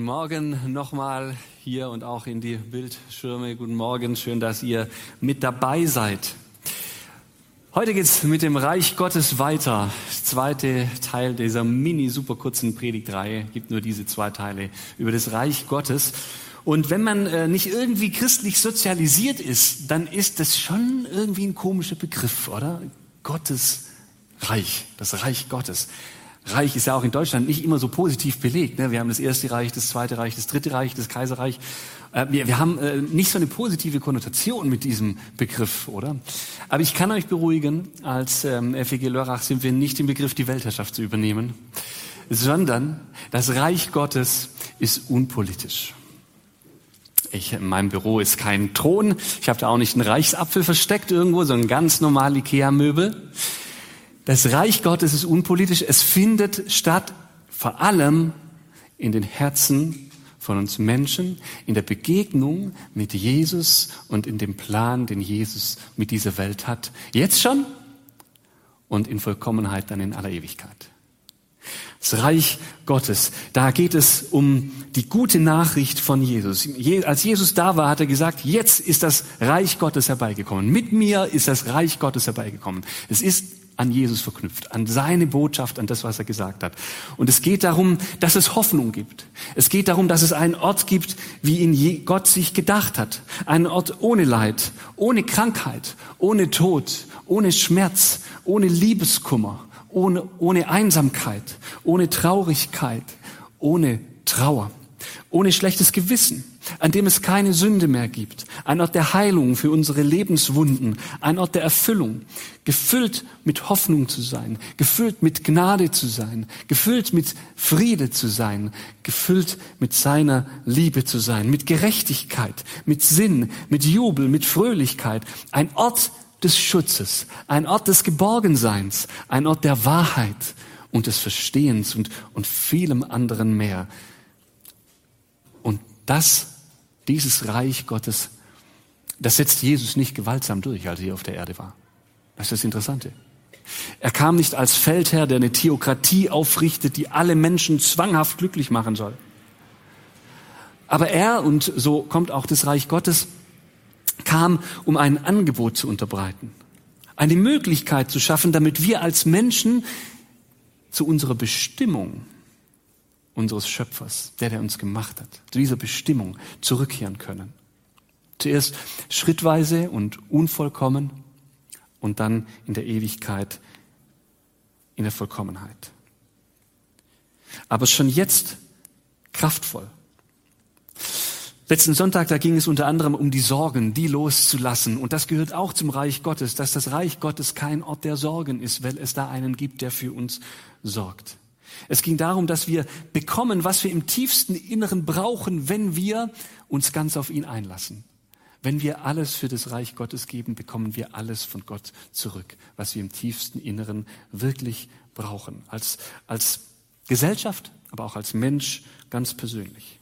Morgen nochmal hier und auch in die Bildschirme. Guten Morgen, schön, dass ihr mit dabei seid. Heute geht's mit dem Reich Gottes weiter. Das zweite Teil dieser super kurzen Predigtreihe. Gibt nur diese 2 Teile über das Reich Gottes. Und wenn man nicht irgendwie christlich sozialisiert ist, dann ist das schon irgendwie ein komischer Begriff, oder? Gottes Reich, das Reich Gottes. Reich ist ja auch in Deutschland nicht immer so positiv belegt. Ne? Wir haben das Erste Reich, das Zweite Reich, das Dritte Reich, das Kaiserreich. Wir haben nicht so eine positive Konnotation mit diesem Begriff, oder? Aber ich kann euch beruhigen, als FEG Lörrach sind wir nicht im Begriff, die Weltherrschaft zu übernehmen, sondern das Reich Gottes ist unpolitisch. In meinem Büro ist kein Thron, ich habe da auch nicht einen Reichsapfel versteckt irgendwo, sondern ganz normal Ikea-Möbel. Das Reich Gottes ist unpolitisch, es findet statt vor allem in den Herzen von uns Menschen, in der Begegnung mit Jesus und in dem Plan, den Jesus mit dieser Welt hat. Jetzt schon und in Vollkommenheit dann in aller Ewigkeit. Das Reich Gottes, da geht es um die gute Nachricht von Jesus. Als Jesus da war, hat er gesagt, jetzt ist das Reich Gottes herbeigekommen. Mit mir ist das Reich Gottes herbeigekommen. Es ist an Jesus verknüpft, an seine Botschaft, an das, was er gesagt hat. Und es geht darum, dass es Hoffnung gibt. Es geht darum, dass es einen Ort gibt, wie ihn Gott sich gedacht hat. Einen Ort ohne Leid, ohne Krankheit, ohne Tod, ohne Schmerz, ohne Liebeskummer, ohne Einsamkeit, ohne Traurigkeit, ohne Trauer, ohne schlechtes Gewissen, an dem es keine Sünde mehr gibt. Ein Ort der Heilung für unsere Lebenswunden, ein Ort der Erfüllung, gefüllt mit Hoffnung zu sein, gefüllt mit Gnade zu sein, gefüllt mit Friede zu sein, gefüllt mit seiner Liebe zu sein, mit Gerechtigkeit, mit Sinn, mit Jubel, mit Fröhlichkeit. Ein Ort des Schutzes, ein Ort des Geborgenseins, ein Ort der Wahrheit und des Verstehens und vielem anderen mehr. Und dieses Reich Gottes, das setzt Jesus nicht gewaltsam durch, als er hier auf der Erde war. Das ist das Interessante. Er kam nicht als Feldherr, der eine Theokratie aufrichtet, die alle Menschen zwanghaft glücklich machen soll. Aber er, und so kommt auch das Reich Gottes, kam, um ein Angebot zu unterbreiten. Eine Möglichkeit zu schaffen, damit wir als Menschen zu unserer Bestimmung unseres Schöpfers, der uns gemacht hat, zu dieser Bestimmung zurückkehren können. Zuerst schrittweise und unvollkommen und dann in der Ewigkeit in der Vollkommenheit. Aber schon jetzt kraftvoll. Letzten Sonntag, da ging es unter anderem um die Sorgen, die loszulassen. Und das gehört auch zum Reich Gottes, dass das Reich Gottes kein Ort der Sorgen ist, weil es da einen gibt, der für uns sorgt. Es ging darum, dass wir bekommen, was wir im tiefsten Inneren brauchen, wenn wir uns ganz auf ihn einlassen. Wenn wir alles für das Reich Gottes geben, bekommen wir alles von Gott zurück, was wir im tiefsten Inneren wirklich brauchen. Als Gesellschaft, aber auch als Mensch ganz persönlich.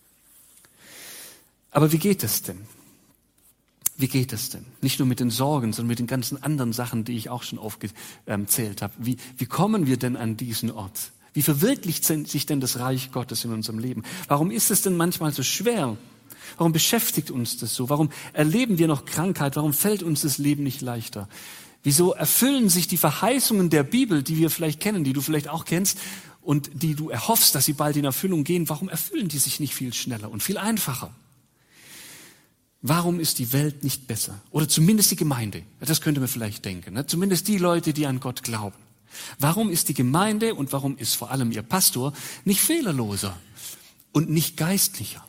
Aber wie geht es denn? Wie geht es denn? Nicht nur mit den Sorgen, sondern mit den ganzen anderen Sachen, die ich auch schon aufgezählt habe. Wie kommen wir denn an diesen Ort? Wie verwirklicht sich denn das Reich Gottes in unserem Leben? Warum ist es denn manchmal so schwer? Warum beschäftigt uns das so? Warum erleben wir noch Krankheit? Warum fällt uns das Leben nicht leichter? Wieso erfüllen sich die Verheißungen der Bibel, die wir vielleicht kennen, die du vielleicht auch kennst und die du erhoffst, dass sie bald in Erfüllung gehen? Warum erfüllen die sich nicht viel schneller und viel einfacher? Warum ist die Welt nicht besser? Oder zumindest die Gemeinde. Das könnte man vielleicht denken. Ne? Zumindest die Leute, die an Gott glauben. Warum ist die Gemeinde und warum ist vor allem ihr Pastor nicht fehlerloser und nicht geistlicher?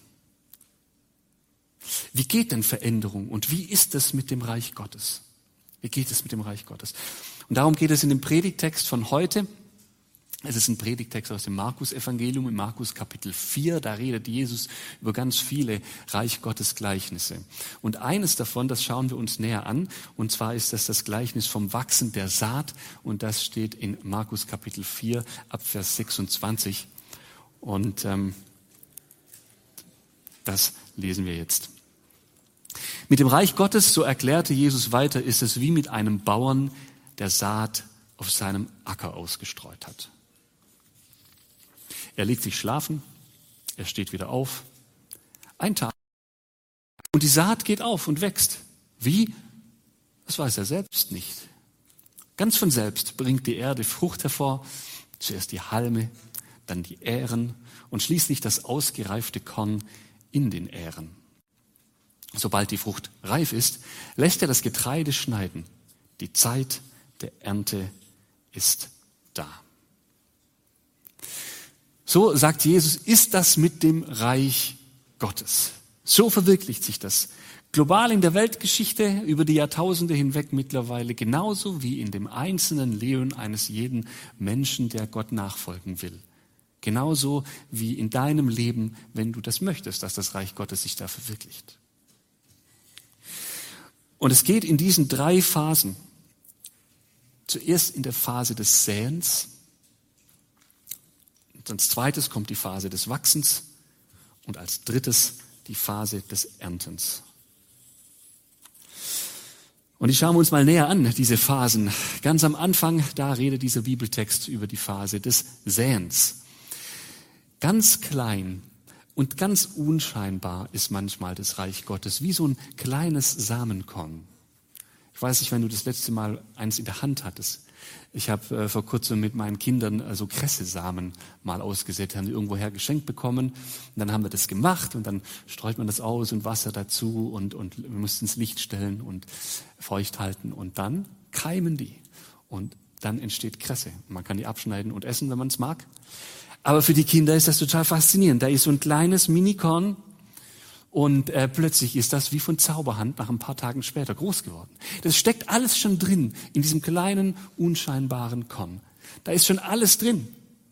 Wie geht denn Veränderung und wie ist es mit dem Reich Gottes? Wie geht es mit dem Reich Gottes? Und darum geht es in dem Predigttext von heute. Es ist ein Predigttext aus dem Markus-Evangelium, im Markus Kapitel 4. Da redet Jesus über ganz viele Reich Gottes Gleichnisse. Und eines davon, das schauen wir uns näher an. Und zwar ist das Gleichnis vom Wachsen der Saat. Und das steht in Markus Kapitel 4 ab Vers 26. Und das lesen wir jetzt. Mit dem Reich Gottes, so erklärte Jesus weiter, ist es wie mit einem Bauern, der Saat auf seinem Acker ausgestreut hat. Er legt sich schlafen Er steht wieder auf. Ein Tag. Und die Saat geht auf und wächst. Wie? Das weiß er selbst nicht. Ganz von selbst bringt die Erde Frucht hervor. Zuerst die Halme, dann die Ähren und schließlich das ausgereifte Korn in den Ähren. Sobald die Frucht reif ist, lässt er das Getreide schneiden. Die Zeit der Ernte ist da. So, sagt Jesus, ist das mit dem Reich Gottes. So verwirklicht sich das global in der Weltgeschichte über die Jahrtausende hinweg mittlerweile, genauso wie in dem einzelnen Leben eines jeden Menschen, der Gott nachfolgen will. Genauso wie in deinem Leben, wenn du das möchtest, dass das Reich Gottes sich da verwirklicht. Und es geht in diesen 3 Phasen. Zuerst in der Phase des Säens. Und als zweites kommt die Phase des Wachsens. Und als drittes die Phase des Erntens. Und die schauen wir uns mal näher an, diese Phasen. Ganz am Anfang, da redet dieser Bibeltext über die Phase des Säens. Ganz klein und ganz unscheinbar ist manchmal das Reich Gottes, wie so ein kleines Samenkorn. Ich weiß nicht, wenn du das letzte Mal eins in der Hand hattest. Ich habe vor kurzem mit meinen Kindern so Kressesamen mal ausgesät, haben sie irgendwoher geschenkt bekommen. Und dann haben wir das gemacht und dann streut man das aus und Wasser dazu und wir mussten ins Licht stellen und feucht halten. Und dann keimen die und dann entsteht Kresse. Man kann die abschneiden und essen, wenn man es mag. Aber für die Kinder ist das total faszinierend. Da ist so ein kleines Minikorn und plötzlich ist das wie von Zauberhand nach ein paar Tagen später groß geworden. Das steckt alles schon drin in diesem kleinen, unscheinbaren Korn. Da ist schon alles drin.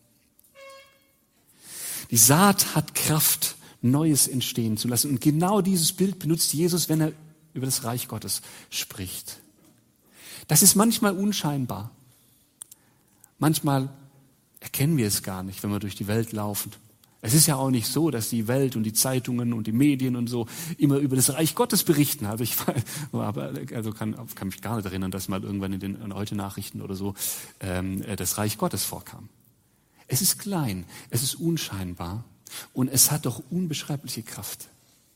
Die Saat hat Kraft, Neues entstehen zu lassen. Und genau dieses Bild benutzt Jesus, wenn er über das Reich Gottes spricht. Das ist manchmal unscheinbar. Manchmal erkennen wir es gar nicht, wenn wir durch die Welt laufen. Es ist ja auch nicht so, dass die Welt und die Zeitungen und die Medien und so immer über das Reich Gottes berichten. Also kann mich gar nicht erinnern, dass mal irgendwann in den Heute-Nachrichten oder so das Reich Gottes vorkam. Es ist klein, es ist unscheinbar und es hat doch unbeschreibliche Kraft.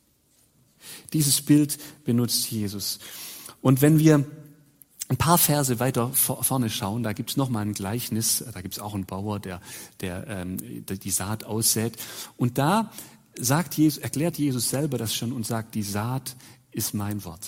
Dieses Bild benutzt Jesus. Und wenn wir ein paar Verse weiter vorne schauen, da gibt's noch mal ein Gleichnis, da gibt's auch einen Bauer, der die Saat aussät. Und da erklärt Jesus selber das schon und sagt, die Saat ist mein Wort.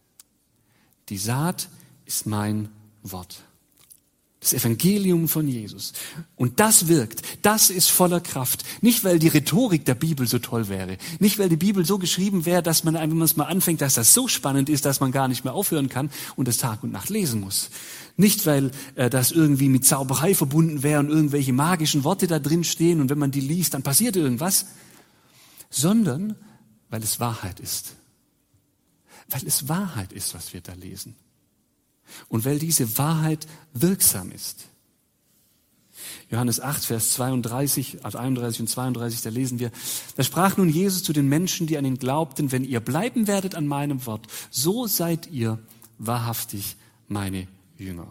Die Saat ist mein Wort. Das Evangelium von Jesus. Und das wirkt, das ist voller Kraft. Nicht, weil die Rhetorik der Bibel so toll wäre. Nicht, weil die Bibel so geschrieben wäre, dass man, wenn man es mal anfängt, dass das so spannend ist, dass man gar nicht mehr aufhören kann und das Tag und Nacht lesen muss. Nicht, weil das irgendwie mit Zauberei verbunden wäre und irgendwelche magischen Worte da drin stehen und wenn man die liest, dann passiert irgendwas. Sondern, weil es Wahrheit ist. Weil es Wahrheit ist, was wir da lesen. Und weil diese Wahrheit wirksam ist. Johannes 8, Vers 32, also 31 und 32, da lesen wir, da sprach nun Jesus zu den Menschen, die an ihn glaubten, wenn ihr bleiben werdet an meinem Wort, so seid ihr wahrhaftig meine Jünger.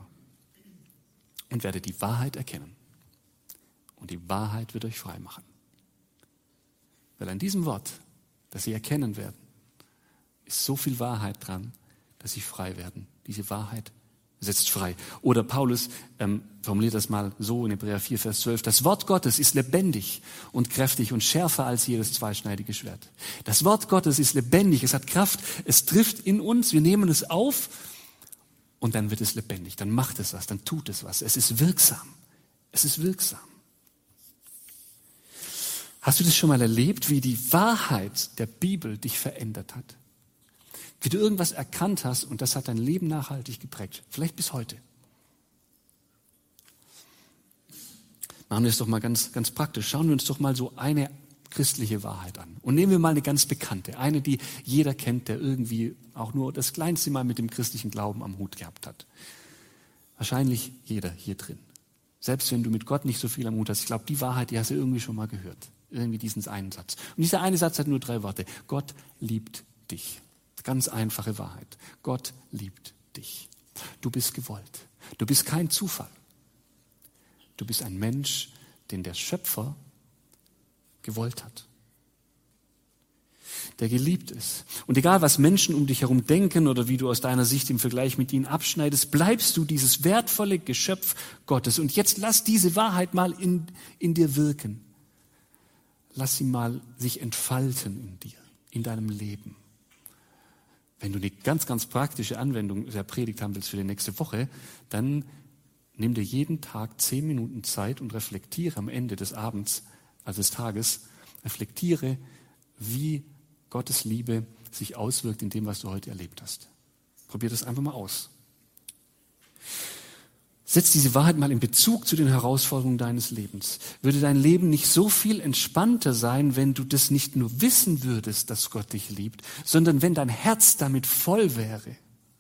Und werdet die Wahrheit erkennen. Und die Wahrheit wird euch frei machen. Weil an diesem Wort, das sie erkennen werden, ist so viel Wahrheit dran, dass sie frei werden. Diese Wahrheit setzt frei. Oder Paulus formuliert das mal so in Hebräer 4, Vers 12. Das Wort Gottes ist lebendig und kräftig und schärfer als jedes zweischneidige Schwert. Das Wort Gottes ist lebendig, es hat Kraft, es trifft in uns, wir nehmen es auf und dann wird es lebendig. Dann macht es was, dann tut es was. Es ist wirksam. Es ist wirksam. Hast du das schon mal erlebt, wie die Wahrheit der Bibel dich verändert hat? Wie du irgendwas erkannt hast und das hat dein Leben nachhaltig geprägt. Vielleicht bis heute. Machen wir es doch mal ganz, ganz praktisch. Schauen wir uns doch mal so eine christliche Wahrheit an. Und nehmen wir mal eine ganz bekannte. Eine, die jeder kennt, der irgendwie auch nur das kleinste Mal mit dem christlichen Glauben am Hut gehabt hat. Wahrscheinlich jeder hier drin. Selbst wenn du mit Gott nicht so viel am Hut hast. Ich glaube, die Wahrheit, die hast du irgendwie schon mal gehört. Irgendwie diesen einen Satz. Und dieser eine Satz hat nur 3 Worte. Gott liebt dich. Ganz einfache Wahrheit. Gott liebt dich. Du bist gewollt. Du bist kein Zufall. Du bist ein Mensch, den der Schöpfer gewollt hat. der geliebt ist. Und egal, was Menschen um dich herum denken oder wie du aus deiner Sicht im Vergleich mit ihnen abschneidest, bleibst du dieses wertvolle Geschöpf Gottes. Und jetzt lass diese Wahrheit mal in dir wirken. Lass sie mal sich entfalten in dir, in deinem Leben. Wenn du eine ganz, ganz praktische Anwendung der Predigt haben willst für die nächste Woche, dann nimm dir jeden Tag 10 Minuten Zeit und reflektiere am Ende des Abends, also des Tages, reflektiere, wie Gottes Liebe sich auswirkt in dem, was du heute erlebt hast. Probier das einfach mal aus. Setz diese Wahrheit mal in Bezug zu den Herausforderungen deines Lebens. Würde dein Leben nicht so viel entspannter sein, wenn du das nicht nur wissen würdest, dass Gott dich liebt, sondern wenn dein Herz damit voll wäre?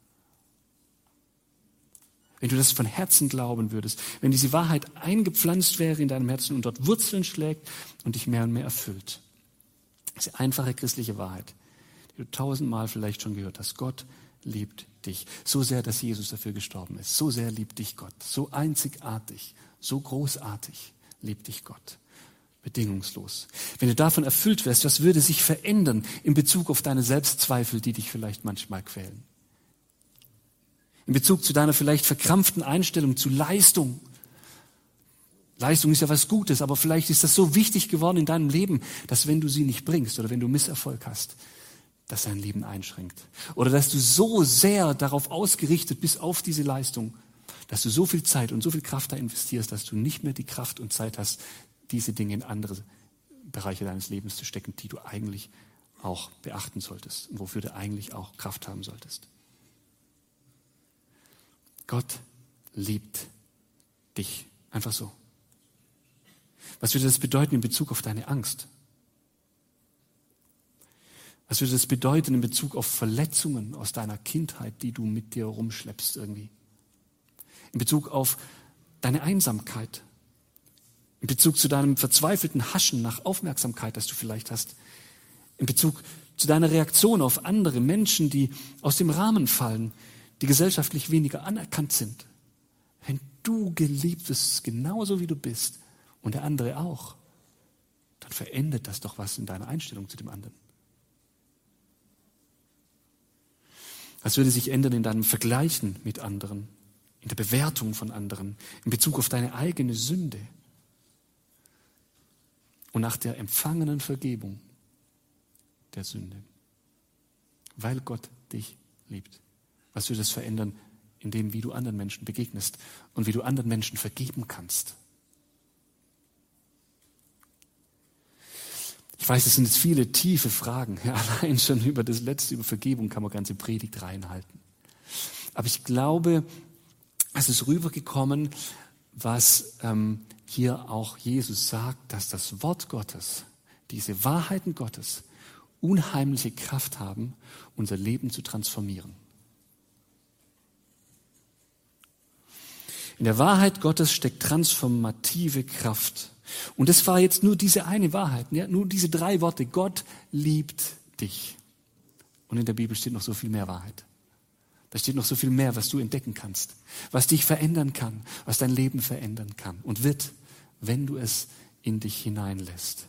Wenn du das von Herzen glauben würdest, wenn diese Wahrheit eingepflanzt wäre in deinem Herzen und dort Wurzeln schlägt und dich mehr und mehr erfüllt. Diese einfache christliche Wahrheit, die du 1000-mal vielleicht schon gehört hast. Gott liebt dich. So sehr, dass Jesus dafür gestorben ist. So sehr liebt dich Gott. So einzigartig, so großartig liebt dich Gott. Bedingungslos. Wenn du davon erfüllt wärst, was würde sich verändern in Bezug auf deine Selbstzweifel, die dich vielleicht manchmal quälen? In Bezug zu deiner vielleicht verkrampften Einstellung zu Leistung. Leistung ist ja was Gutes, aber vielleicht ist das so wichtig geworden in deinem Leben, dass wenn du sie nicht bringst oder wenn du Misserfolg hast, dass dein Leben einschränkt. Oder dass du so sehr darauf ausgerichtet bist auf diese Leistung, dass du so viel Zeit und so viel Kraft da investierst, dass du nicht mehr die Kraft und Zeit hast, diese Dinge in andere Bereiche deines Lebens zu stecken, die du eigentlich auch beachten solltest und wofür du eigentlich auch Kraft haben solltest. Gott liebt dich. Einfach so. Was würde das bedeuten in Bezug auf deine Angst? Was würde das bedeuten in Bezug auf Verletzungen aus deiner Kindheit, die du mit dir rumschleppst irgendwie? In Bezug auf deine Einsamkeit? In Bezug zu deinem verzweifelten Haschen nach Aufmerksamkeit, das du vielleicht hast? In Bezug zu deiner Reaktion auf andere Menschen, die aus dem Rahmen fallen, die gesellschaftlich weniger anerkannt sind? Wenn du geliebt bist, genauso wie du bist, und der andere auch, dann verändert das doch was in deiner Einstellung zu dem anderen. Was würde sich ändern in deinem Vergleichen mit anderen, in der Bewertung von anderen, in Bezug auf deine eigene Sünde und nach der empfangenen Vergebung der Sünde, weil Gott dich liebt? Was würde das verändern in dem, wie du anderen Menschen begegnest und wie du anderen Menschen vergeben kannst? Ich weiß, es sind jetzt viele tiefe Fragen. Ja, allein schon über das Letzte, über Vergebung, kann man ganze Predigt reinhalten. Aber ich glaube, es ist rübergekommen, was hier auch Jesus sagt, dass das Wort Gottes, diese Wahrheiten Gottes, unheimliche Kraft haben, unser Leben zu transformieren. In der Wahrheit Gottes steckt transformative Kraft. Und das war jetzt nur diese eine Wahrheit, ja, nur diese 3 Worte. Gott liebt dich. Und in der Bibel steht noch so viel mehr Wahrheit. Da steht noch so viel mehr, was du entdecken kannst, was dich verändern kann, was dein Leben verändern kann und wird, wenn du es in dich hineinlässt.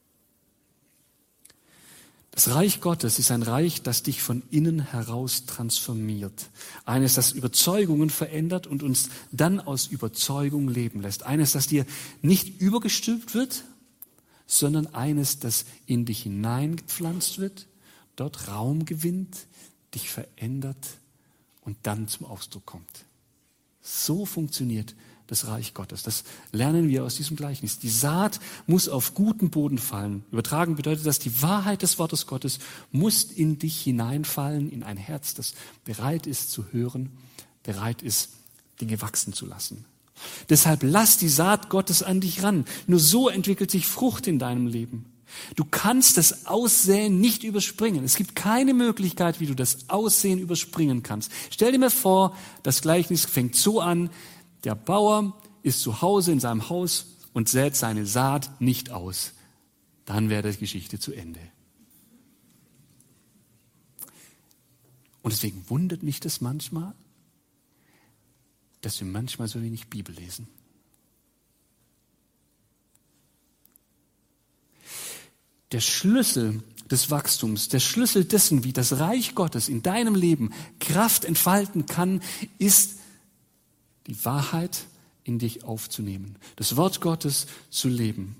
Das Reich Gottes ist ein Reich, das dich von innen heraus transformiert. Eines, das Überzeugungen verändert und uns dann aus Überzeugung leben lässt. Eines, das dir nicht übergestülpt wird, sondern eines, das in dich hineingepflanzt wird, dort Raum gewinnt, dich verändert und dann zum Ausdruck kommt. So funktioniert das Reich Gottes. Das lernen wir aus diesem Gleichnis. Die Saat muss auf guten Boden fallen. Übertragen bedeutet das, die Wahrheit des Wortes Gottes muss in dich hineinfallen, in ein Herz, das bereit ist zu hören, bereit ist, Dinge wachsen zu lassen. Deshalb lass die Saat Gottes an dich ran. Nur so entwickelt sich Frucht in deinem Leben. Du kannst das Aussäen nicht überspringen. Es gibt keine Möglichkeit, wie du das Aussehen überspringen kannst. Stell dir mal vor, das Gleichnis fängt so an: Der Bauer ist zu Hause in seinem Haus und sät seine Saat nicht aus. Dann wäre die Geschichte zu Ende. Und deswegen wundert mich das manchmal, dass wir manchmal so wenig Bibel lesen. Der Schlüssel des Wachstums, der Schlüssel dessen, wie das Reich Gottes in deinem Leben Kraft entfalten kann, ist die Wahrheit in dich aufzunehmen, das Wort Gottes zu leben.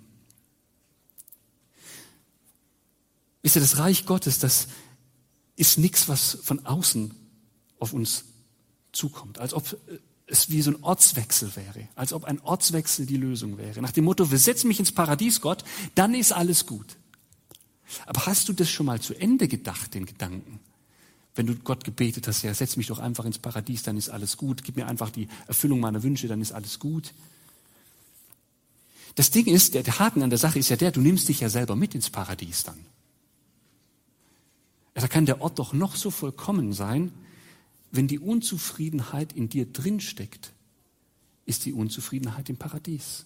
Wisst ihr, das Reich Gottes, das ist nichts, was von außen auf uns zukommt, als ob es wie so ein Ortswechsel wäre, als ob ein Ortswechsel die Lösung wäre. Nach dem Motto, versetz mich ins Paradies, Gott, dann ist alles gut. Aber hast du das schon mal zu Ende gedacht, den Gedanken? Wenn du Gott gebetet hast, ja, setz mich doch einfach ins Paradies, dann ist alles gut. Gib mir einfach die Erfüllung meiner Wünsche, dann ist alles gut. Das Ding ist, der Haken an der Sache ist ja der, du nimmst dich ja selber mit ins Paradies dann. Ja, da kann der Ort doch noch so vollkommen sein, wenn die Unzufriedenheit in dir drinsteckt, ist die Unzufriedenheit im Paradies.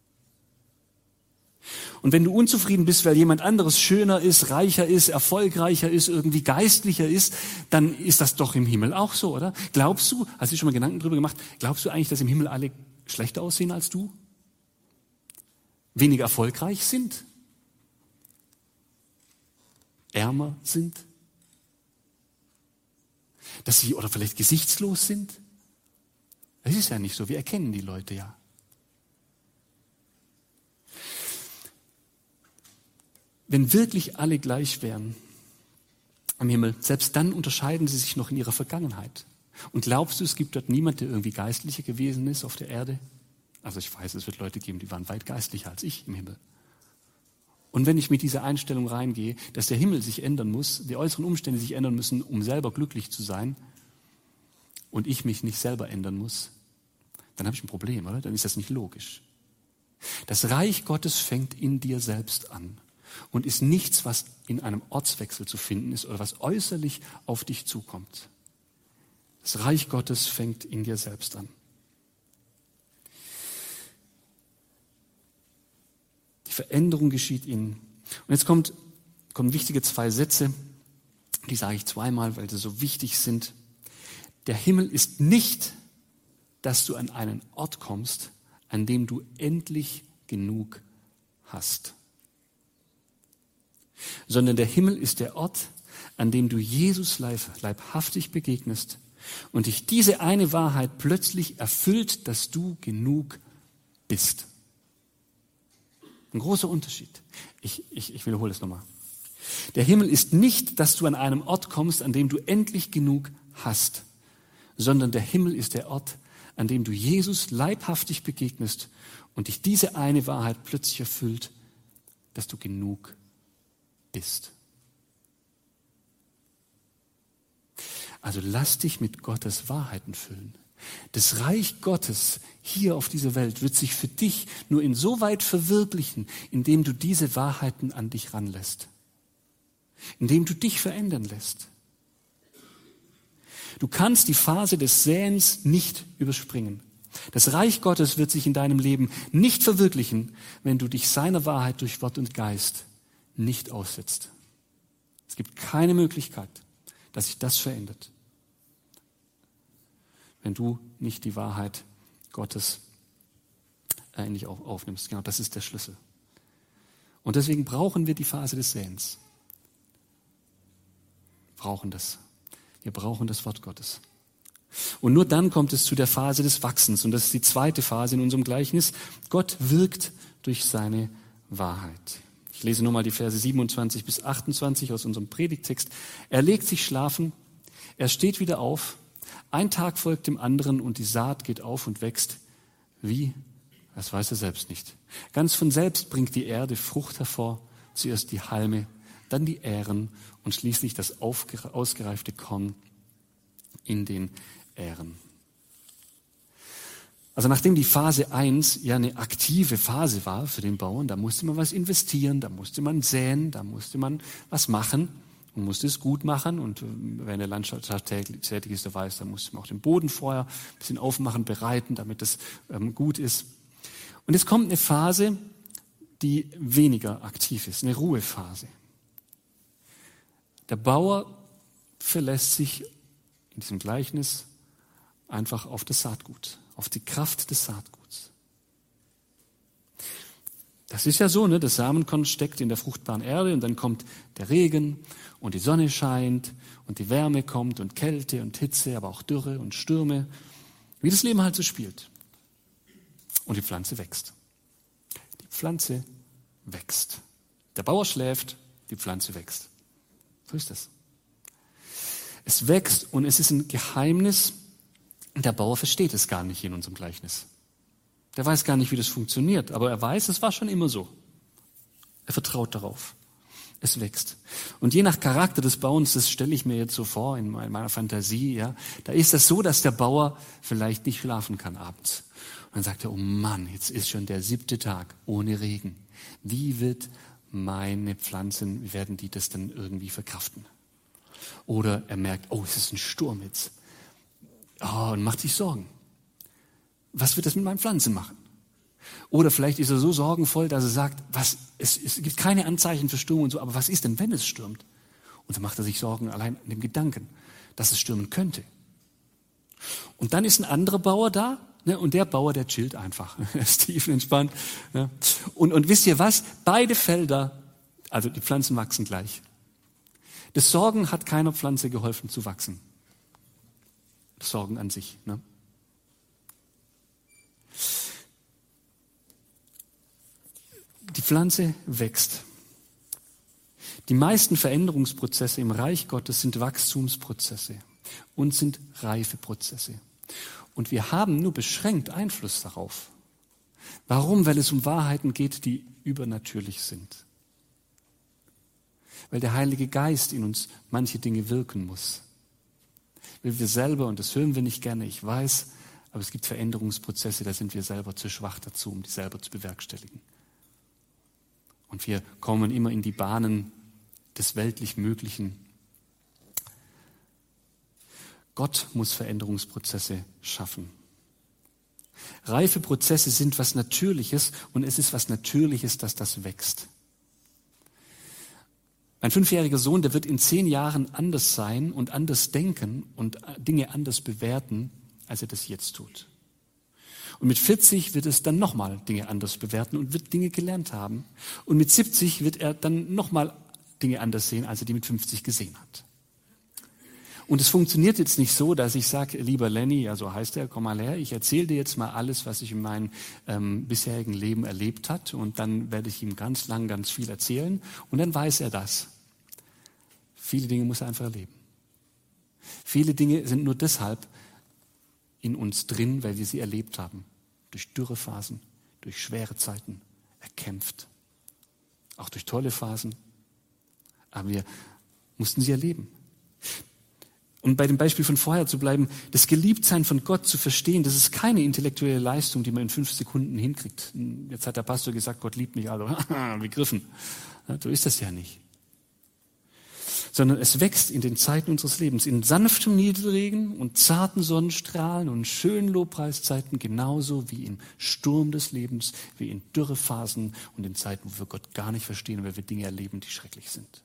Und wenn du unzufrieden bist, weil jemand anderes schöner ist, reicher ist, erfolgreicher ist, irgendwie geistlicher ist, dann ist das doch im Himmel auch so, oder? Glaubst du, hast du dir schon mal Gedanken darüber gemacht, glaubst du eigentlich, dass im Himmel alle schlechter aussehen als du? Weniger erfolgreich sind? Ärmer sind? Dass sie oder vielleicht gesichtslos sind? Das ist ja nicht so, wir erkennen die Leute ja. Wenn wirklich alle gleich wären am Himmel, selbst dann unterscheiden sie sich noch in ihrer Vergangenheit. Und glaubst du, es gibt dort niemand, der irgendwie geistlicher gewesen ist auf der Erde? Also ich weiß, es wird Leute geben, die waren weit geistlicher als ich im Himmel. Und wenn ich mit dieser Einstellung reingehe, dass der Himmel sich ändern muss, die äußeren Umstände sich ändern müssen, um selber glücklich zu sein, und ich mich nicht selber ändern muss, dann habe ich ein Problem, oder? Dann ist das nicht logisch. Das Reich Gottes fängt in dir selbst an und ist nichts, was in einem Ortswechsel zu finden ist oder was äußerlich auf dich zukommt. Das Reich Gottes fängt in dir selbst an. Die Veränderung geschieht innen. Und jetzt kommen wichtige 2 Sätze, die sage ich zweimal, weil sie so wichtig sind. Der Himmel ist nicht, dass du an einen Ort kommst, an dem du endlich genug hast. Sondern der Himmel ist der Ort, an dem du Jesus leibhaftig begegnest und dich diese eine Wahrheit plötzlich erfüllt, dass du genug bist. Ein großer Unterschied. Ich wiederhole es nochmal. Der Himmel ist nicht, dass du an einem Ort kommst, an dem du endlich genug hast, sondern der Himmel ist der Ort, an dem du Jesus leibhaftig begegnest und dich diese eine Wahrheit plötzlich erfüllt, dass du genug bist. Also lass dich mit Gottes Wahrheiten füllen. Das Reich Gottes hier auf dieser Welt wird sich für dich nur insoweit verwirklichen, indem du diese Wahrheiten an dich ranlässt. Indem du dich verändern lässt. Du kannst die Phase des Säens nicht überspringen. Das Reich Gottes wird sich in deinem Leben nicht verwirklichen, wenn du dich seiner Wahrheit durch Wort und Geist nicht aussetzt. Es gibt keine Möglichkeit, dass sich das verändert, wenn du nicht die Wahrheit Gottes in dich aufnimmst. Genau, das ist der Schlüssel. Und deswegen brauchen wir die Phase des Säens. Wir brauchen das Wort Gottes. Und nur dann kommt es zu der Phase des Wachsens. Und das ist die zweite Phase in unserem Gleichnis. Gott wirkt durch seine Wahrheit. Ich lese nochmal die Verse 27 bis 28 aus unserem Predigttext. Er legt sich schlafen, er steht wieder auf, ein Tag folgt dem anderen und die Saat geht auf und wächst. Wie? Das weiß er selbst nicht. Ganz von selbst bringt die Erde Frucht hervor, zuerst die Halme, dann die Ähren und schließlich das ausgereifte Korn in den Ähren. Also nachdem die Phase 1 ja eine aktive Phase war für den Bauern, da musste man was investieren, da musste man säen, da musste man was machen und musste es gut machen. Und wer in der Landwirtschaft tätig ist, der weiß, da musste man auch den Boden vorher ein bisschen aufmachen, bereiten, damit es gut ist. Und jetzt kommt eine Phase, die weniger aktiv ist, eine Ruhephase. Der Bauer verlässt sich in diesem Gleichnis einfach auf das Saatgut, auf die Kraft des Saatguts. Das ist ja so, ne? Das Samenkorn steckt in der fruchtbaren Erde und dann kommt der Regen und die Sonne scheint und die Wärme kommt und Kälte und Hitze, aber auch Dürre und Stürme, wie das Leben halt so spielt. Und die Pflanze wächst. Die Pflanze wächst. Der Bauer schläft, die Pflanze wächst. So ist das. Es wächst und es ist ein Geheimnis. Der Bauer versteht es gar nicht in unserem Gleichnis. Der weiß gar nicht, wie das funktioniert, aber er weiß, es war schon immer so. Er vertraut darauf. Es wächst. Und je nach Charakter des Bauens, das stelle ich mir jetzt so vor in meiner Fantasie, ja, da ist das so, dass der Bauer vielleicht nicht schlafen kann abends. Und dann sagt er, oh Mann, jetzt ist schon der 7. Tag ohne Regen. Wie wird meine Pflanzen, wie werden die das dann irgendwie verkraften? Oder er merkt, oh, es ist ein Sturm jetzt. Oh, und macht sich Sorgen. Was wird das mit meinen Pflanzen machen? Oder vielleicht ist er so sorgenvoll, dass er sagt, es gibt keine Anzeichen für Sturm und so, aber was ist denn, wenn es stürmt? Und dann macht er sich Sorgen allein an dem Gedanken, dass es stürmen könnte. Und dann ist ein anderer Bauer da, ne, und der Bauer, der chillt einfach, ist tiefenentspannt. Ne. Und wisst ihr was? Beide Felder, also die Pflanzen wachsen gleich. Das Sorgen hat keiner Pflanze geholfen zu wachsen. Das Sorgen an sich. Ne? Die Pflanze wächst. Die meisten Veränderungsprozesse im Reich Gottes sind Wachstumsprozesse und sind Reifeprozesse. Und wir haben nur beschränkt Einfluss darauf. Warum? Weil es um Wahrheiten geht, die übernatürlich sind. Weil der Heilige Geist in uns manche Dinge wirken muss. Weil wir selber, und das hören wir nicht gerne, ich weiß, aber es gibt Veränderungsprozesse, da sind wir selber zu schwach dazu, um die selber zu bewerkstelligen. Und wir kommen immer in die Bahnen des weltlich Möglichen. Gott muss Veränderungsprozesse schaffen. Reife Prozesse sind was Natürliches und es ist was Natürliches, dass das wächst. Mein 5-jähriger Sohn, der wird in 10 Jahren anders sein und anders denken und Dinge anders bewerten, als er das jetzt tut. Und mit 40 wird es dann nochmal Dinge anders bewerten und wird Dinge gelernt haben. Und mit 70 wird er dann nochmal Dinge anders sehen, als er die mit 50 gesehen hat. Und es funktioniert jetzt nicht so, dass ich sage, lieber Lenny, ja so heißt er, komm mal her, ich erzähle dir jetzt mal alles, was ich in meinem bisherigen Leben erlebt hat und dann werde ich ihm ganz lang ganz viel erzählen und dann weiß er das. Viele Dinge muss er einfach erleben. Viele Dinge sind nur deshalb in uns drin, weil wir sie erlebt haben. Durch Dürrephasen, durch schwere Zeiten, erkämpft. Auch durch tolle Phasen. Aber wir mussten sie erleben. Um bei dem Beispiel von vorher zu bleiben, das Geliebtsein von Gott zu verstehen, das ist keine intellektuelle Leistung, die man in 5 Sekunden hinkriegt. Jetzt hat der Pastor gesagt, Gott liebt mich, also begriffen. So ist das ja nicht. Sondern es wächst in den Zeiten unseres Lebens, in sanftem Nieselregen und zarten Sonnenstrahlen und schönen Lobpreiszeiten, genauso wie im Sturm des Lebens, wie in Dürrephasen und in Zeiten, wo wir Gott gar nicht verstehen, weil wir Dinge erleben, die schrecklich sind.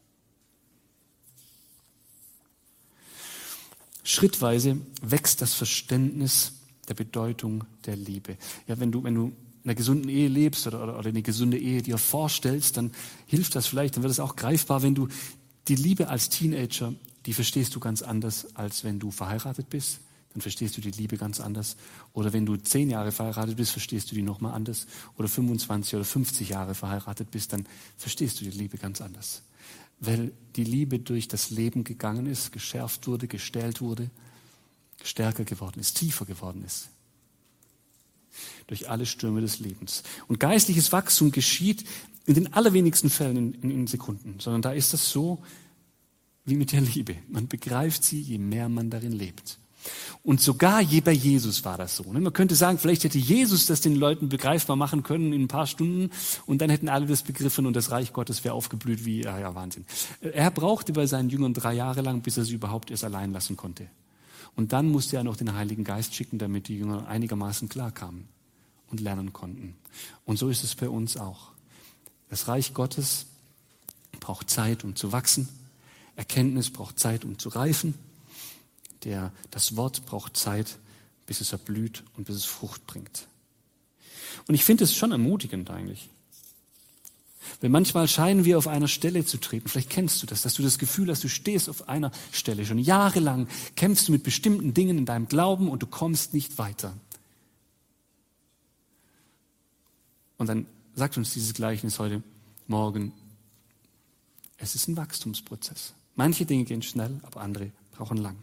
Schrittweise wächst das Verständnis der Bedeutung der Liebe. Ja, wenn du in einer gesunden Ehe lebst oder eine gesunde Ehe dir vorstellst, dann hilft das vielleicht, dann wird es auch greifbar, wenn du die Liebe als Teenager, die verstehst du ganz anders, als wenn du verheiratet bist. Dann verstehst du die Liebe ganz anders. Oder wenn du 10 Jahre verheiratet bist, verstehst du die nochmal anders. Oder 25 oder 50 Jahre verheiratet bist, dann verstehst du die Liebe ganz anders. Weil die Liebe durch das Leben gegangen ist, geschärft wurde, gestählt wurde, stärker geworden ist, tiefer geworden ist. Durch alle Stürme des Lebens. Und geistliches Wachstum geschieht in den allerwenigsten Fällen in Sekunden, sondern da ist das so wie mit der Liebe. Man begreift sie, je mehr man darin lebt. Und sogar bei Jesus war das so. Man könnte sagen, vielleicht hätte Jesus das den Leuten begreifbar machen können in ein paar Stunden und dann hätten alle das begriffen und das Reich Gottes wäre aufgeblüht wie, ja, Wahnsinn. Er brauchte bei seinen Jüngern 3 Jahre lang, bis er sie überhaupt erst allein lassen konnte. Und dann musste er noch den Heiligen Geist schicken, damit die Jünger einigermaßen klarkamen und lernen konnten. Und so ist es bei uns auch. Das Reich Gottes braucht Zeit, um zu wachsen. Erkenntnis braucht Zeit, um zu reifen. Das Wort braucht Zeit, bis es erblüht und bis es Frucht bringt. Und ich finde es schon ermutigend eigentlich. Weil manchmal scheinen wir auf einer Stelle zu treten. Vielleicht kennst du das, dass du das Gefühl hast, du stehst auf einer Stelle. Schon jahrelang kämpfst du mit bestimmten Dingen in deinem Glauben und du kommst nicht weiter. Und dann sagt uns dieses Gleichnis heute Morgen, es ist ein Wachstumsprozess. Manche Dinge gehen schnell, aber andere brauchen lang.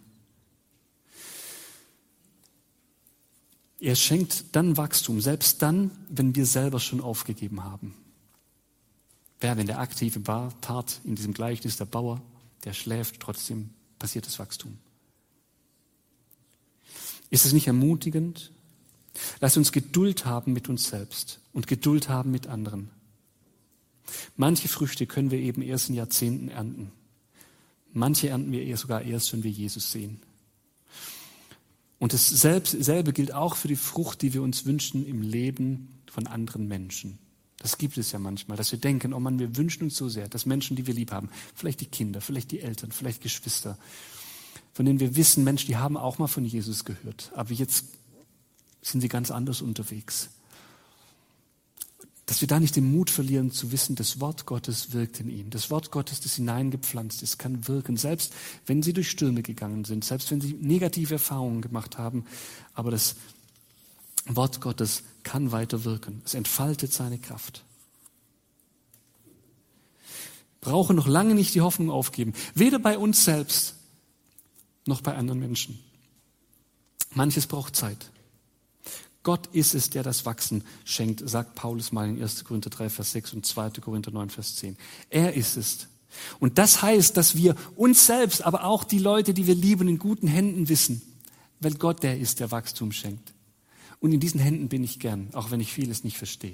Er schenkt dann Wachstum, selbst dann, wenn wir selber schon aufgegeben haben. Wenn der aktive Part in diesem Gleichnis, der Bauer, der schläft, trotzdem passiert das Wachstum. Ist es nicht ermutigend? Lass uns Geduld haben mit uns selbst und Geduld haben mit anderen. Manche Früchte können wir eben erst in Jahrzehnten ernten. Manche ernten wir sogar erst, wenn wir Jesus sehen. Und dasselbe gilt auch für die Frucht, die wir uns wünschen im Leben von anderen Menschen. Das gibt es ja manchmal, dass wir denken, oh Mann, wir wünschen uns so sehr, dass Menschen, die wir lieb haben, vielleicht die Kinder, vielleicht die Eltern, vielleicht Geschwister, von denen wir wissen, Mensch, die haben auch mal von Jesus gehört, aber jetzt sind sie ganz anders unterwegs. Dass wir da nicht den Mut verlieren zu wissen, das Wort Gottes wirkt in ihnen. Das Wort Gottes, das hineingepflanzt ist, kann wirken, selbst wenn sie durch Stürme gegangen sind, selbst wenn sie negative Erfahrungen gemacht haben. Aber das Wort Gottes kann weiter wirken. Es entfaltet seine Kraft. Wir brauchen noch lange nicht die Hoffnung aufgeben. Weder bei uns selbst noch bei anderen Menschen. Manches braucht Zeit. Gott ist es, der das Wachsen schenkt, sagt Paulus mal in 1. Korinther 3, Vers 6 und 2. Korinther 9, Vers 10. Er ist es. Und das heißt, dass wir uns selbst, aber auch die Leute, die wir lieben, in guten Händen wissen, weil Gott der ist, der Wachstum schenkt. Und in diesen Händen bin ich gern, auch wenn ich vieles nicht verstehe.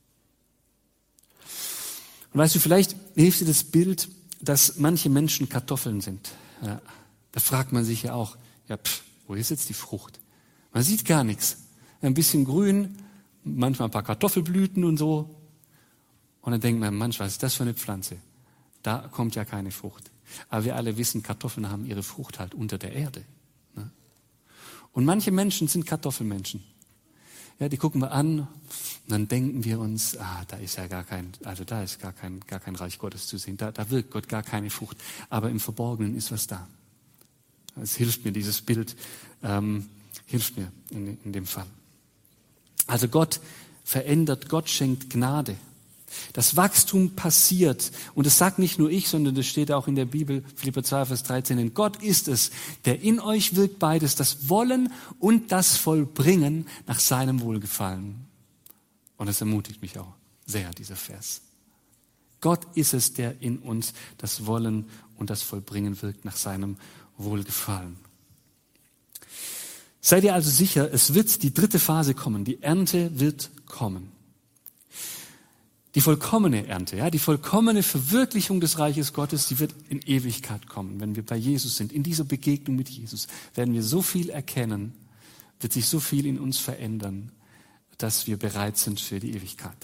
Und weißt du, vielleicht hilft dir das Bild, dass manche Menschen Kartoffeln sind. Ja, da fragt man sich ja auch, wo ist jetzt die Frucht? Man sieht gar nichts. Ein bisschen grün, manchmal ein paar Kartoffelblüten und so. Und dann denkt man, Mensch, was ist das für eine Pflanze? Da kommt ja keine Frucht. Aber wir alle wissen, Kartoffeln haben ihre Frucht halt unter der Erde. Ne? Und manche Menschen sind Kartoffelmenschen. Ja, die gucken wir an und dann denken wir uns, da ist ja gar kein Reich Gottes zu sehen. Da wirkt Gott gar keine Frucht. Aber im Verborgenen ist was da. Es hilft mir, dieses Bild hilft mir in dem Fall. Also Gott verändert, Gott schenkt Gnade. Das Wachstum passiert. Und das sagt nicht nur ich, sondern das steht auch in der Bibel, Philipper 2, Vers 13. Denn Gott ist es, der in euch wirkt beides, das Wollen und das Vollbringen nach seinem Wohlgefallen. Und das ermutigt mich auch sehr, dieser Vers. Gott ist es, der in uns das Wollen und das Vollbringen wirkt nach seinem Wohlgefallen. Seid ihr also sicher, es wird die dritte Phase kommen. Die Ernte wird kommen. Die vollkommene Ernte, ja, die vollkommene Verwirklichung des Reiches Gottes, die wird in Ewigkeit kommen. Wenn wir bei Jesus sind, in dieser Begegnung mit Jesus, werden wir so viel erkennen, wird sich so viel in uns verändern, dass wir bereit sind für die Ewigkeit.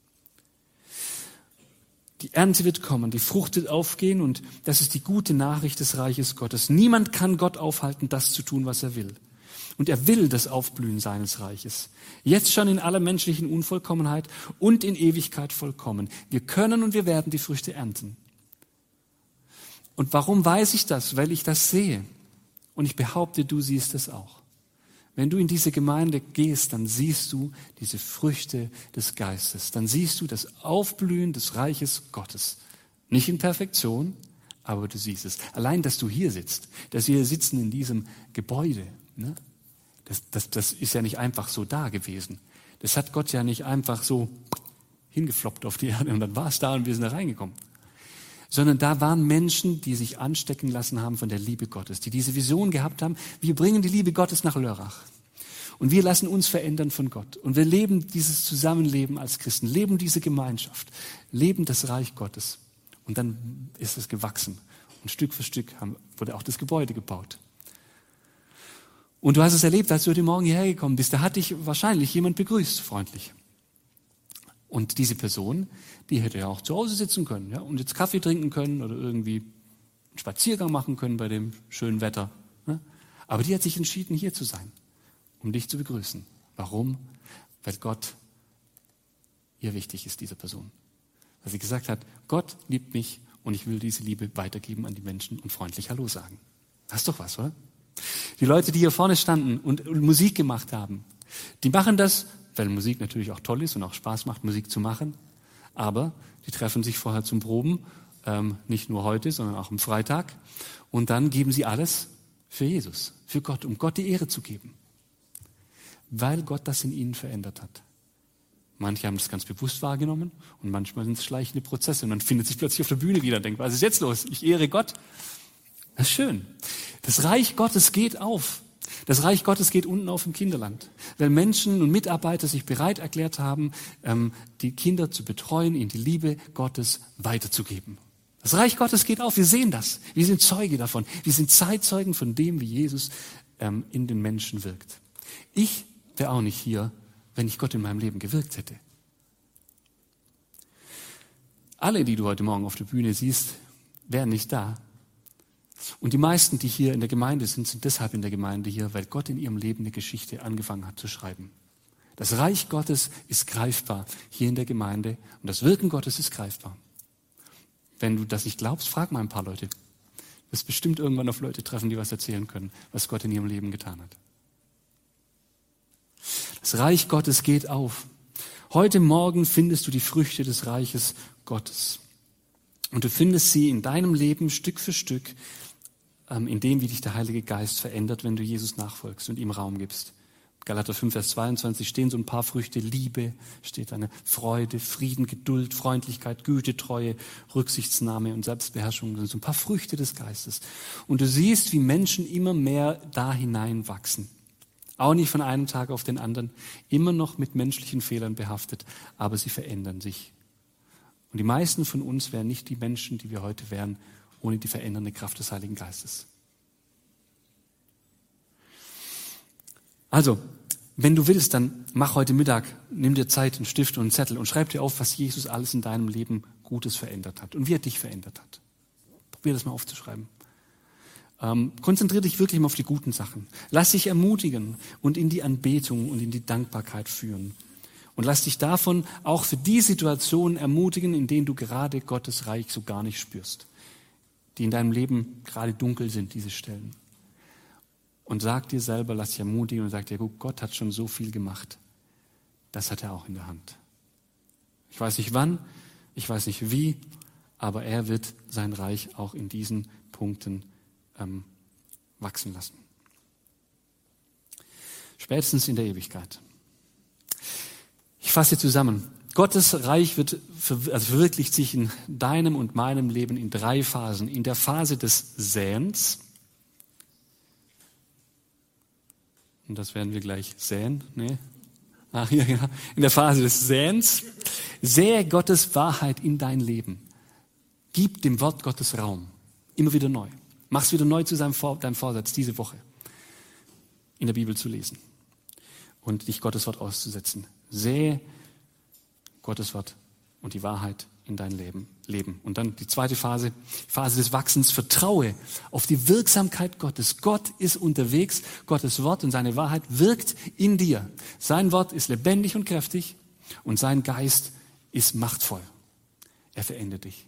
Die Ernte wird kommen, die Frucht wird aufgehen und das ist die gute Nachricht des Reiches Gottes. Niemand kann Gott aufhalten, das zu tun, was er will. Und er will das Aufblühen seines Reiches. Jetzt schon in aller menschlichen Unvollkommenheit und in Ewigkeit vollkommen. Wir können und wir werden die Früchte ernten. Und warum weiß ich das? Weil ich das sehe. Und ich behaupte, du siehst es auch. Wenn du in diese Gemeinde gehst, dann siehst du diese Früchte des Geistes. Dann siehst du das Aufblühen des Reiches Gottes. Nicht in Perfektion, aber du siehst es. Allein, dass du hier sitzt, dass wir hier sitzen in diesem Gebäude, ne? Das ist ja nicht einfach so da gewesen. Das hat Gott ja nicht einfach so hingefloppt auf die Erde und dann war es da und wir sind da reingekommen. Sondern da waren Menschen, die sich anstecken lassen haben von der Liebe Gottes, die diese Vision gehabt haben, wir bringen die Liebe Gottes nach Lörrach. Und wir lassen uns verändern von Gott. Und wir leben dieses Zusammenleben als Christen, leben diese Gemeinschaft, leben das Reich Gottes. Und dann ist es gewachsen. Und Stück für Stück wurde auch das Gebäude gebaut. Und du hast es erlebt, als du heute Morgen hierher gekommen bist, da hat dich wahrscheinlich jemand begrüßt, freundlich. Und diese Person, die hätte ja auch zu Hause sitzen können, ja, und jetzt Kaffee trinken können oder irgendwie einen Spaziergang machen können bei dem schönen Wetter. Ne? Aber die hat sich entschieden, hier zu sein, um dich zu begrüßen. Warum? Weil Gott ihr wichtig ist, diese Person. Weil sie gesagt hat, Gott liebt mich und ich will diese Liebe weitergeben an die Menschen und freundlich Hallo sagen. Das ist doch was, oder? Die Leute, die hier vorne standen und Musik gemacht haben, die machen das, weil Musik natürlich auch toll ist und auch Spaß macht, Musik zu machen. Aber die treffen sich vorher zum Proben, nicht nur heute, sondern auch am Freitag. Und dann geben sie alles für Jesus, für Gott, um Gott die Ehre zu geben. Weil Gott das in ihnen verändert hat. Manche haben das ganz bewusst wahrgenommen und manchmal sind es schleichende Prozesse. Und man findet sich plötzlich auf der Bühne wieder und denkt, was ist jetzt los? Ich ehre Gott. Das ist schön. Das Reich Gottes geht auf. Das Reich Gottes geht unten auf im Kinderland. Weil Menschen und Mitarbeiter sich bereit erklärt haben, die Kinder zu betreuen, ihnen die Liebe Gottes weiterzugeben. Das Reich Gottes geht auf. Wir sehen das. Wir sind Zeuge davon. Wir sind Zeitzeugen von dem, wie Jesus in den Menschen wirkt. Ich wäre auch nicht hier, wenn nicht Gott in meinem Leben gewirkt hätte. Alle, die du heute Morgen auf der Bühne siehst, wären nicht da. Und die meisten, die hier in der Gemeinde sind, sind deshalb in der Gemeinde hier, weil Gott in ihrem Leben eine Geschichte angefangen hat zu schreiben. Das Reich Gottes ist greifbar hier in der Gemeinde und das Wirken Gottes ist greifbar. Wenn du das nicht glaubst, frag mal ein paar Leute. Du wirst bestimmt irgendwann auf Leute treffen, die was erzählen können, was Gott in ihrem Leben getan hat. Das Reich Gottes geht auf. Heute Morgen findest du die Früchte des Reiches Gottes. Und du findest sie in deinem Leben Stück für Stück, in dem, wie dich der Heilige Geist verändert, wenn du Jesus nachfolgst und ihm Raum gibst. Galater 5, Vers 22 stehen so ein paar Früchte. Liebe, steht eine Freude, Frieden, Geduld, Freundlichkeit, Güte, Treue, Rücksichtsnahme und Selbstbeherrschung. Das sind so ein paar Früchte des Geistes. Und du siehst, wie Menschen immer mehr da hinein wachsen. Auch nicht von einem Tag auf den anderen, immer noch mit menschlichen Fehlern behaftet, aber sie verändern sich. Und die meisten von uns wären nicht die Menschen, die wir heute wären, ohne die verändernde Kraft des Heiligen Geistes. Also, wenn du willst, dann mach heute Mittag, nimm dir Zeit, einen Stift und einen Zettel und schreib dir auf, was Jesus alles in deinem Leben Gutes verändert hat und wie er dich verändert hat. Probier das mal aufzuschreiben. Konzentriere dich wirklich mal auf die guten Sachen. Lass dich ermutigen und in die Anbetung und in die Dankbarkeit führen. Und lass dich davon auch für die Situationen ermutigen, in denen du gerade Gottes Reich so gar nicht spürst. Die in deinem Leben gerade dunkel sind, diese Stellen. Und sag dir selber, lass dich ermutigen und sag dir, Gott hat schon so viel gemacht. Das hat er auch in der Hand. Ich weiß nicht wann, ich weiß nicht wie, aber er wird sein Reich auch in diesen Punkten wachsen lassen. Spätestens in der Ewigkeit. Ich fasse zusammen. Gottes Reich verwirklicht sich in deinem und meinem Leben in 3 Phasen. In der Phase des Säens. Und das werden wir gleich säen. Nee. Ach ja, ja. In der Phase des Säens. Sähe Gottes Wahrheit in dein Leben. Gib dem Wort Gottes Raum. Immer wieder neu. Mach's wieder neu zu deinem Vorsatz, diese Woche in der Bibel zu lesen und dich Gottes Wort auszusetzen. Sähe Gottes Wort und die Wahrheit in dein Leben. Und dann die zweite Phase, Phase des Wachsens. Vertraue auf die Wirksamkeit Gottes. Gott ist unterwegs. Gottes Wort und seine Wahrheit wirkt in dir. Sein Wort ist lebendig und kräftig und sein Geist ist machtvoll. Er verändert dich.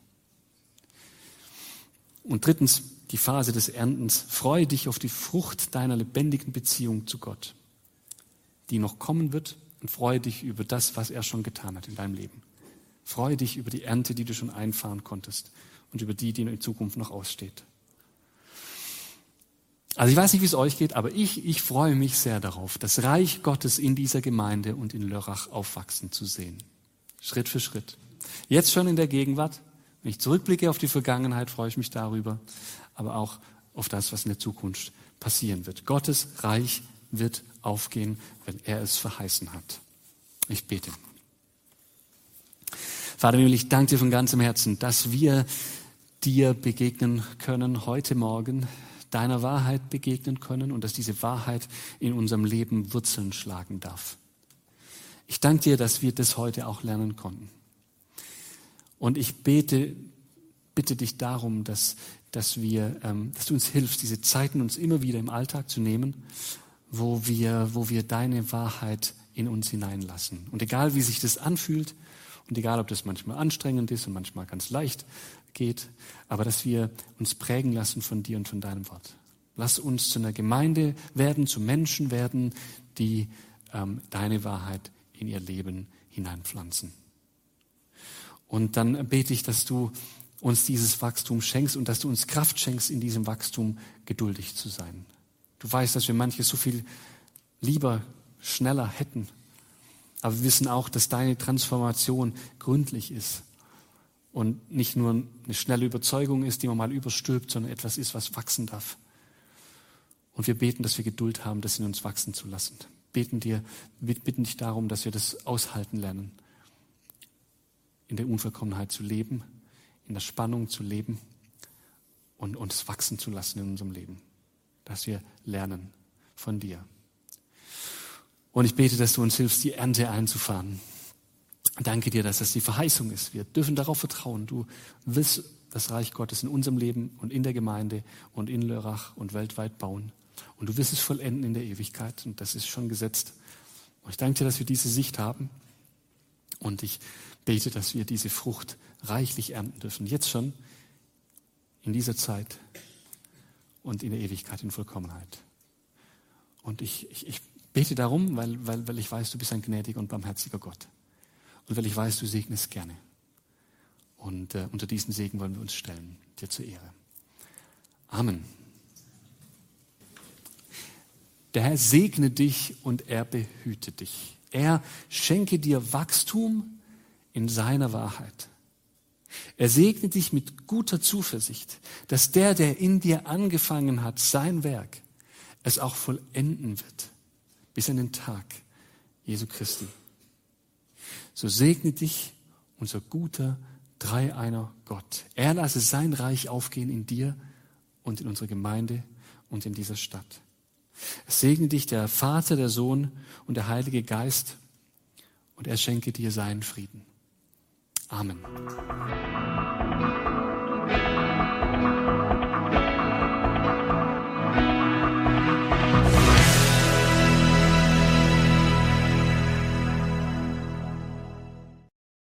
Und drittens, die Phase des Erntens. Freue dich auf die Frucht deiner lebendigen Beziehung zu Gott, die noch kommen wird, und freue dich über das, was er schon getan hat in deinem Leben. Freue dich über die Ernte, die du schon einfahren konntest und über die in Zukunft noch aussteht. Also ich weiß nicht, wie es euch geht, aber ich freue mich sehr darauf, das Reich Gottes in dieser Gemeinde und in Lörrach aufwachsen zu sehen. Schritt für Schritt. Jetzt schon in der Gegenwart. Wenn ich zurückblicke auf die Vergangenheit, freue ich mich darüber, aber auch auf das, was in der Zukunft passieren wird. Gottes Reich wird aufgehen, wenn er es verheißen hat. Ich bete. Vater, ich danke dir von ganzem Herzen, dass wir dir begegnen können heute Morgen, deiner Wahrheit begegnen können und dass diese Wahrheit in unserem Leben Wurzeln schlagen darf. Ich danke dir, dass wir das heute auch lernen konnten. Und ich bitte dich darum, dass du uns hilfst, diese Zeiten uns immer wieder im Alltag zu nehmen, wo wir deine Wahrheit in uns hineinlassen. Und egal, wie sich das anfühlt Und egal, ob das manchmal anstrengend ist und manchmal ganz leicht geht, aber dass wir uns prägen lassen von dir und von deinem Wort. Lass uns zu einer Gemeinde werden, zu Menschen werden, die deine Wahrheit in ihr Leben hineinpflanzen. Und dann bete ich, dass du uns dieses Wachstum schenkst und dass du uns Kraft schenkst, in diesem Wachstum geduldig zu sein. Du weißt, dass wir manches so viel lieber, schneller hätten. Aber wir wissen auch, dass deine Transformation gründlich ist und nicht nur eine schnelle Überzeugung ist, die man mal überstülpt, sondern etwas ist, was wachsen darf. Und wir beten, dass wir Geduld haben, das in uns wachsen zu lassen. Bitten dich darum, dass wir das aushalten lernen, in der Unvollkommenheit zu leben, in der Spannung zu leben und uns wachsen zu lassen in unserem Leben. Dass wir lernen von dir. Und ich bete, dass du uns hilfst, die Ernte einzufahren. Danke dir, dass das die Verheißung ist. Wir dürfen darauf vertrauen. Du willst das Reich Gottes in unserem Leben und in der Gemeinde und in Lörrach und weltweit bauen. Und du wirst es vollenden in der Ewigkeit. Und das ist schon gesetzt. Und ich danke dir, dass wir diese Sicht haben. Und ich bete, dass wir diese Frucht reichlich ernten dürfen. Jetzt schon, in dieser Zeit und in der Ewigkeit, in Vollkommenheit. Und ich bete darum, weil ich weiß, du bist ein gnädiger und barmherziger Gott. Und weil ich weiß, du segnest gerne. Und unter diesen Segen wollen wir uns stellen, dir zur Ehre. Amen. Der Herr segne dich und er behüte dich. Er schenke dir Wachstum in seiner Wahrheit. Er segne dich mit guter Zuversicht, dass der in dir angefangen hat, sein Werk, es auch vollenden wird, bis an den Tag Jesu Christi. So segne dich unser guter, dreieiner Gott. Er lasse sein Reich aufgehen in dir und in unserer Gemeinde und in dieser Stadt. Es segne dich der Vater, der Sohn und der Heilige Geist und er schenke dir seinen Frieden. Amen.